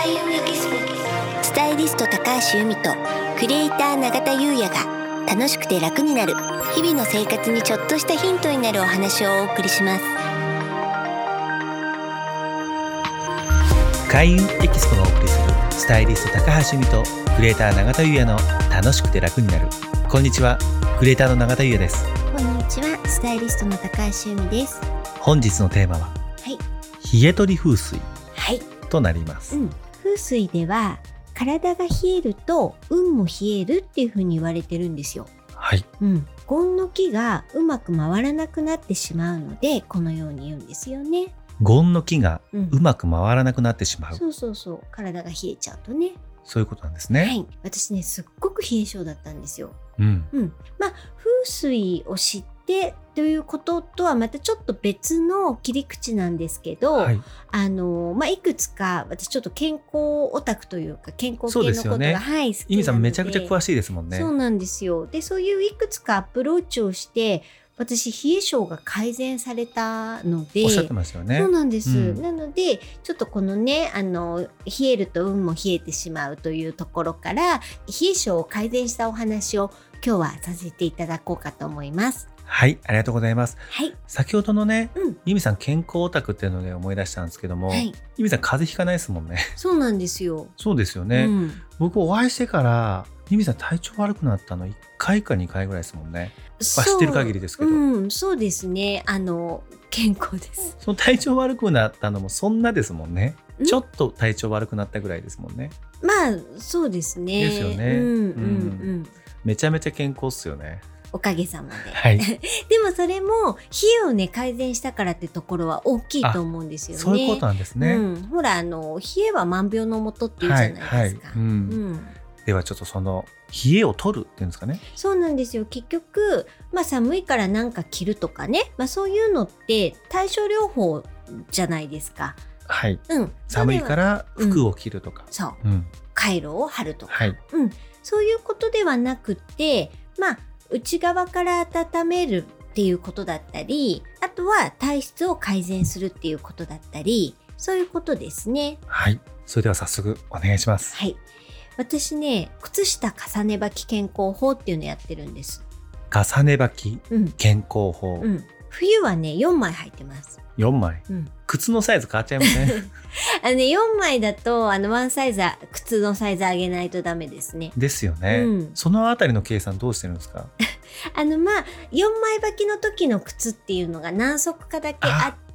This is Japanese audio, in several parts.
開運エキスポ、スタイリスト高橋由美とクリエイター永田優也が楽しくて楽になる日々の生活にちょっとしたヒントになるお話をお送りします。 開運エキスポがお送りするスタイリスト高橋由美とクリエイター永田優也の楽しくて楽になる。こんにちは、クリエイターの永田優也です。 こんにちは、スタイリストの高橋由美です。 本日のテーマは、冷え取り風水となります。 風水では体が冷えると運も冷えるっていう風に言われてるんですよ。権の木がうまく回らなくなってしまうのでこのように言うんですよね。 権の木がうまく回らなくなってしまう、 そう体が冷えちゃうとね。 そういうことなんですね。 私ねすっごく冷え性だったんですよ。風水を知ってということとはまたちょっと別の切り口なんですけど、いくつか私ちょっと健康オタクというか健康系のことが、好きなので、 由美さんめちゃくちゃ詳しいですもんね。 そうなんですよ。でそういういくつかアプローチをして私冷え性が改善されたので、 おっしゃってますよね。 そうなんです、なのでちょっとこのね冷えると運も冷えてしまうというところから冷え性を改善したお話を今日はさせていただこうかと思います。 はい、ありがとうございます。先ほどのね、由美さん健康オタクっていうので思い出したんですけども、由美さん風邪ひかないですもんね。 そうなんですよ。 そうですよね、僕お会いしてから由美さん体調悪くなったの1回か2回ぐらいですもんね。知ってる限りですけど、 そうですね。健康です。 その体調悪くなったのもそんなですもんね。ちょっと体調悪くなったぐらいですもんね。 そうですね。 ですよね。めちゃめちゃ健康っすよね。 おかげさまで。でもそれも冷えをね改善したからってところは大きいと思うんですよね。 そういうことなんですね。 ほら冷えは万病のもとっていうじゃないですか。 ではちょっとその冷えを取るっていうんですかね。 そうなんですよ。結局、寒いからなんか着るとかね、そういうのって対症療法じゃないですか。 寒いから服を着るとか、 カイロを貼るとか、そういうことではなくて、内側から温めるっていうことだったり、あとは体質を改善するっていうことだったり、そういうことですね。 それでは早速お願いします。 私ね、靴下重ね履き健康法っていうのやってるんです。 重ね履き、健康法、 冬はね4枚履いてます。 4枚、靴のサイズ変わっちゃいますね。 4枚だとワンサイズ靴のサイズ上げないとダメですね。 ですよね、そのあたりの計算どうしてるんですか？ 4枚履きの時の靴っていうのが何足かだけあって、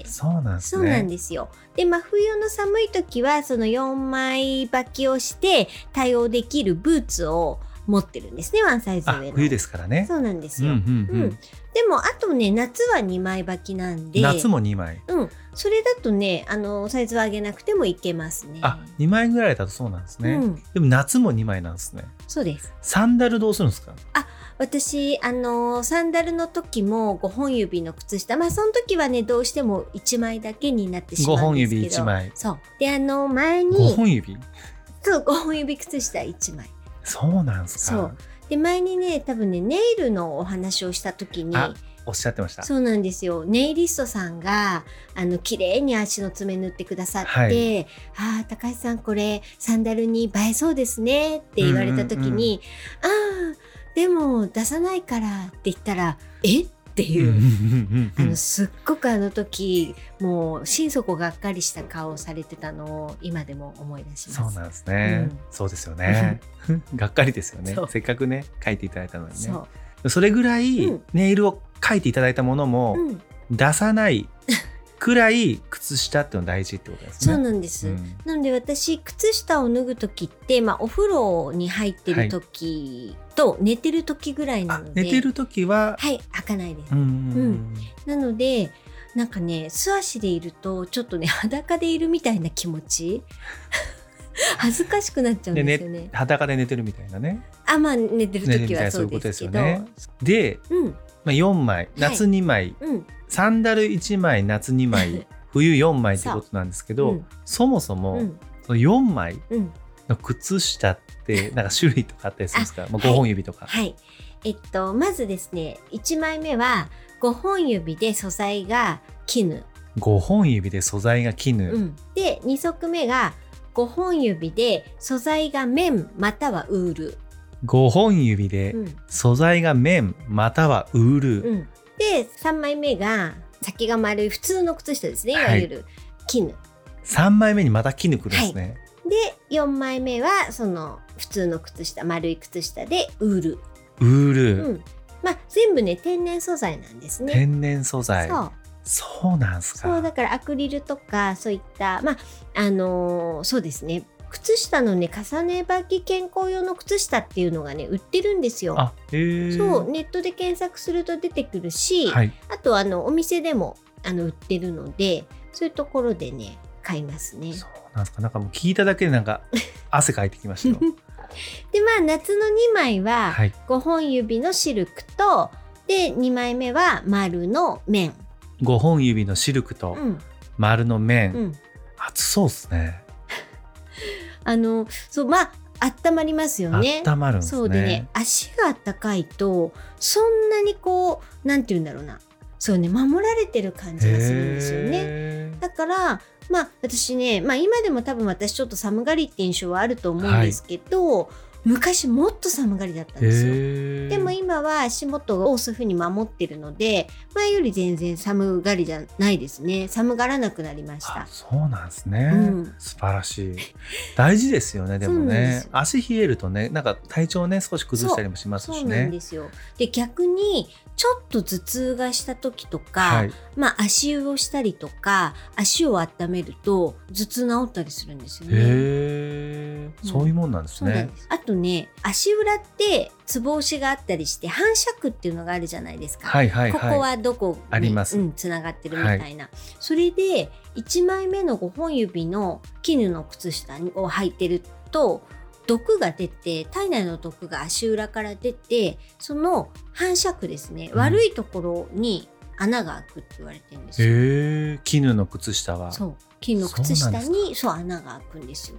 そうなんですね。 そうなんですよ。で冬の寒い時はその4枚履きをして対応できるブーツを持ってるんですね。ワンサイズ上の。 冬ですからね。 そうなんですよ。でもあとね夏は2枚履きなんで、 夏も2枚、 それだとねサイズを上げなくてもいけますね。 2枚ぐらいだとそうなんですね、でも夏も2枚なんですね。 そうです。 サンダルどうするんですか？ 私サンダルの時も5本指の靴下、その時はねどうしても1枚だけになってしまうんですけど、5本指 1枚。 そうで前に 5本指そう5本指靴下1枚。 そうなんですか？ そうで前にね多分ねネイルのお話をした時におっしゃってました。 そうなんですよ。ネイリストさんが綺麗に足の爪塗ってくださって、高橋さんこれサンダルに映えそうですねって言われた時に、でも出さないからって言ったらっていうすっごく時もう心底がっかりした顔をされてたのを今でも思い出します。 そうなんですね、そうですよね。がっかりですよね。せっかくね書いていただいたのにね。それぐらいネイルを書いていただいたものも出さないくらい靴下っての大事ってことですね。 そうなんです、なので私靴下を脱ぐ時って、お風呂に入ってる時と寝てる時ぐらいなので、 寝てる時は履かないです。なのでなんかね素足でいるとちょっとね裸でいるみたいな気持ち恥ずかしくなっちゃうんですよね。 裸で寝てるみたいなね。 寝てる時はそうですけど、 で、4枚夏2枚、サンダル1枚夏2枚冬4枚ってことなんですけど、そもそもその4枚の靴下ってなんか種類とかあったりするんですか？5本指とか。 まずですね1枚目は5本指で素材が絹。 5本指で素材が絹、 で2足目が 5本指で素材が綿またはウール。 5本指で素材が綿またはウール、 で3枚目が先が丸い普通の靴下ですね、いわゆる絹。 3枚目にまた絹くるんですね。 で4枚目はその普通の靴下、丸い靴下でウール。全部ね天然素材なんですね。 天然素材。そうなんすか。 そうだからアクリルとかそういったそうですね、靴下のね重ね履き健康用の靴下っていうのがね売ってるんですよ。そうネットで検索すると出てくるし、あとお店でも売ってるので、そういうところでね買いますね。 そうなんですか。なんかもう聞いただけでなんか汗かいてきましたよ。 で夏の2枚は5本指のシルクと、で2枚目は丸の綿。 5本指のシルクと丸の綿、暑そうですね。 そう温まりますよね。 温まるんですね。 そうでね、足が温かいとそんなにこうなんていうんだろうな、そうね、守られてる感じがするんですよね。だから私ね、今でも多分私ちょっと寒がりって印象はあると思うんですけど、昔もっと寒がりだったんですよ。でも今は足元をそういうふうに守ってるので、前より全然寒がりじゃないですね。寒がらなくなりました。 そうなんですね、素晴らしい。大事ですよね。でもね、足冷えるとね、なんか体調ね少し崩したりもしますしね。 そうなんですよ。で逆にちょっと頭痛がした時とか、足湯をしたりとか足を温めると頭痛治ったりするんですよね。 そういうもんなんですね。 あとね、足裏ってつぼ押しがあったりして反射区っていうのがあるじゃないですか。ここはどこにあります、つながってるみたいな、それで1枚目の5本指の絹の靴下を履いてると毒が出て、体内の毒が足裏から出て、その反射区ですね、悪いところに穴が開くって言われてるんですよ。 絹の靴下は。 そう、絹の靴下に穴が開くんですよ。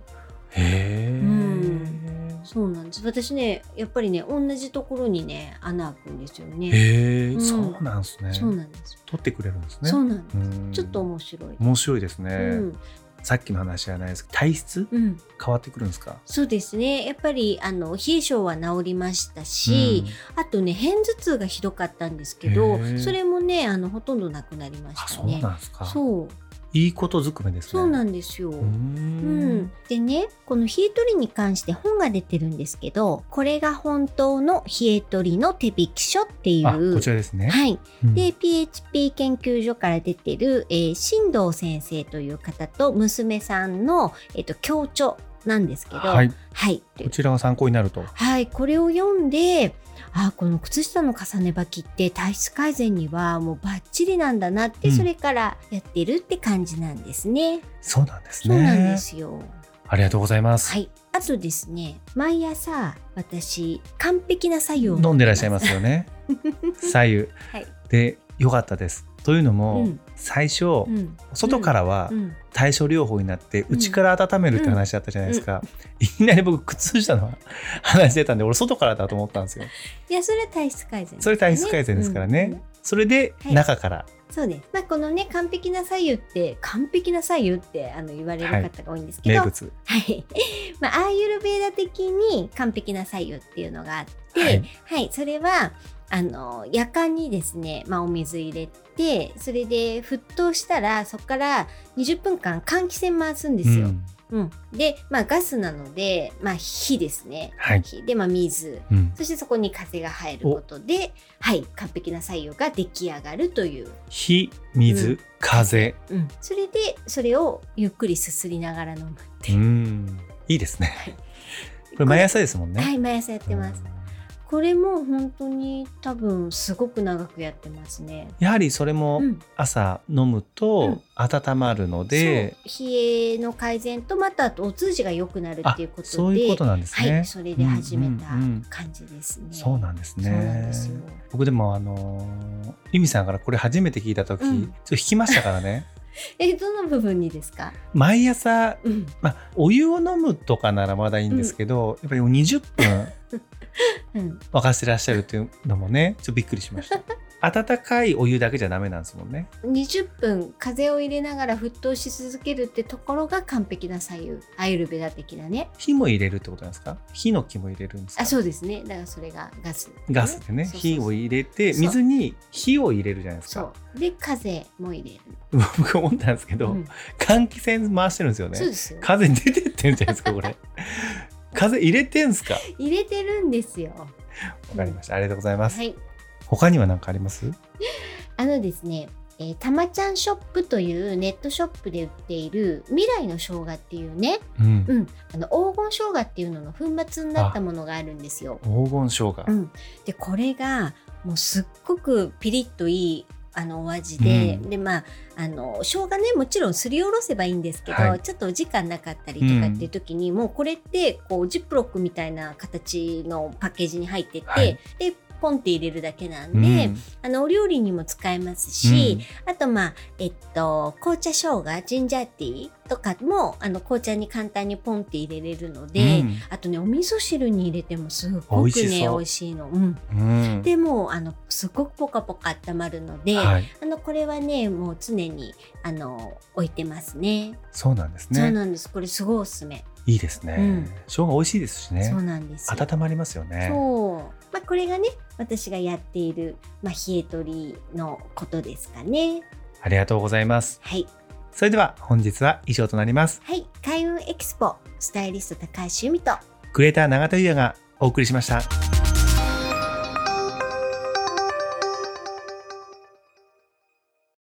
そうなんです。私ね、やっぱりね、同じところにね穴開くんですよね。 そうなんですね。 そうなんです。 取ってくれるんですね。 そうなんです。ちょっと面白い。 面白いですね。さっきの話じゃないですけど、体質、変わってくるんですか？ そうですね。やっぱり冷え性は治りましたし、あとね、片頭痛がひどかったんですけど、それもねほとんどなくなりましたね。 そうなんですか。 そう。 いいことずくめですね。 そうなんですよ。でね、この冷え取りに関して本が出てるんですけど、これが本当の冷え取りの手引き書っていう、 こちらですね。 で PHP 研究所から出てる、進藤先生という方と娘さんの、共著なんですけど、 こちらが参考になると。 これを読んで、この靴下の重ね履きって体質改善にはもうバッチリなんだなって、それからやってるって感じなんですね。 そうなんですね。 そうなんですよ。 ありがとうございます。 あとですね、毎朝私完璧な白湯を飲んでらっしゃいますよね。白湯、で良かったです。というのも、最初、外からは対症療法になって内から温めるって話だったじゃないですか。いきなり僕靴下の話出たんで、俺外からだと思ったんですよ。 いや、それは体質改善ですね。 それ体質改善ですからね。それで中から、 そうです。このね、完璧な白湯って言われる方が多いんですけど、 名物。 アーユルベーダ的に完璧な白湯っていうのがあって、それは夜間にですね、お水入れて、それで沸騰したらそこから20分間換気扇回すんですよ。で、ガスなので、火ですね。火で、水、そしてそこに風が入ることで、完璧な白湯が出来上がるという。 火、水、風。 それでそれをゆっくりすすりながら飲むっていいですね。これ毎朝ですもんね。 毎朝やってます。これも本当に多分すごく長くやってますね。 やはりそれも朝飲むと温まるので、 冷えの改善と、またあとお通じが良くなるっていうことで、 そういうことなんですね。 それで始めた感じですね。 そうなんですね。僕でも由美さんからこれ初めて聞いた時、ちょっと引きましたからね。 どの部分にですか？ 毎朝、お湯を飲むとかならまだいいんですけど、やっぱり20分沸かしてらっしゃるっていうのもね、ちょっとびっくりしました。温かいお湯だけじゃダメなんですもんね。 20分風を入れながら沸騰し続けるってところが完璧な左右、アイルベダ的なね。 火も入れるってことなんですか？ヒノキも入れるんですか？ そうですね。だからそれがガス、 ガスでね、火を入れて、水に火を入れるじゃないですか。 そうで風も入れる。 僕思ったんですけど、換気扇回してるんですよね。 そうですよ。 風出てってんじゃないですかこれ。風入れてんすか？ 入れてるんですよ。 わかりました。ありがとうございます。 はい。 他には何かあります？ ですね、たまちゃんショップというネットショップで売っている未来の生姜っていうね、黄金生姜っていうのの粉末になったものがあるんですよ。 黄金生姜。 でこれがもうすっごくピリッといいお味で、で生姜ね、もちろんすりおろせばいいんですけど、ちょっとお時間なかったりとかっていう時に、もうこれってこうジップロックみたいな形のパッケージに入ってて、でポンって入れるだけなんで、お料理にも使えますし、あと紅茶生姜ジンジャーティーとかも紅茶に簡単にポンって入れれるので、あとねお味噌汁に入れてもすごくね美味しいの。でもすごくポカポカ温まるので、これはねもう常に置いてますね。 そうなんですね。 そうなんです。これすごいおすすめ。 いいですね。生姜美味しいですしね。 そうなんですよ。 温まりますよね。 そう。これがね私がやっている冷え取りのことですかね。 ありがとうございます。 はい。 それでは本日は以上となります。 はい。開運エキスポスタイリスト高橋由美とクリエイター永田優也がお送りしました。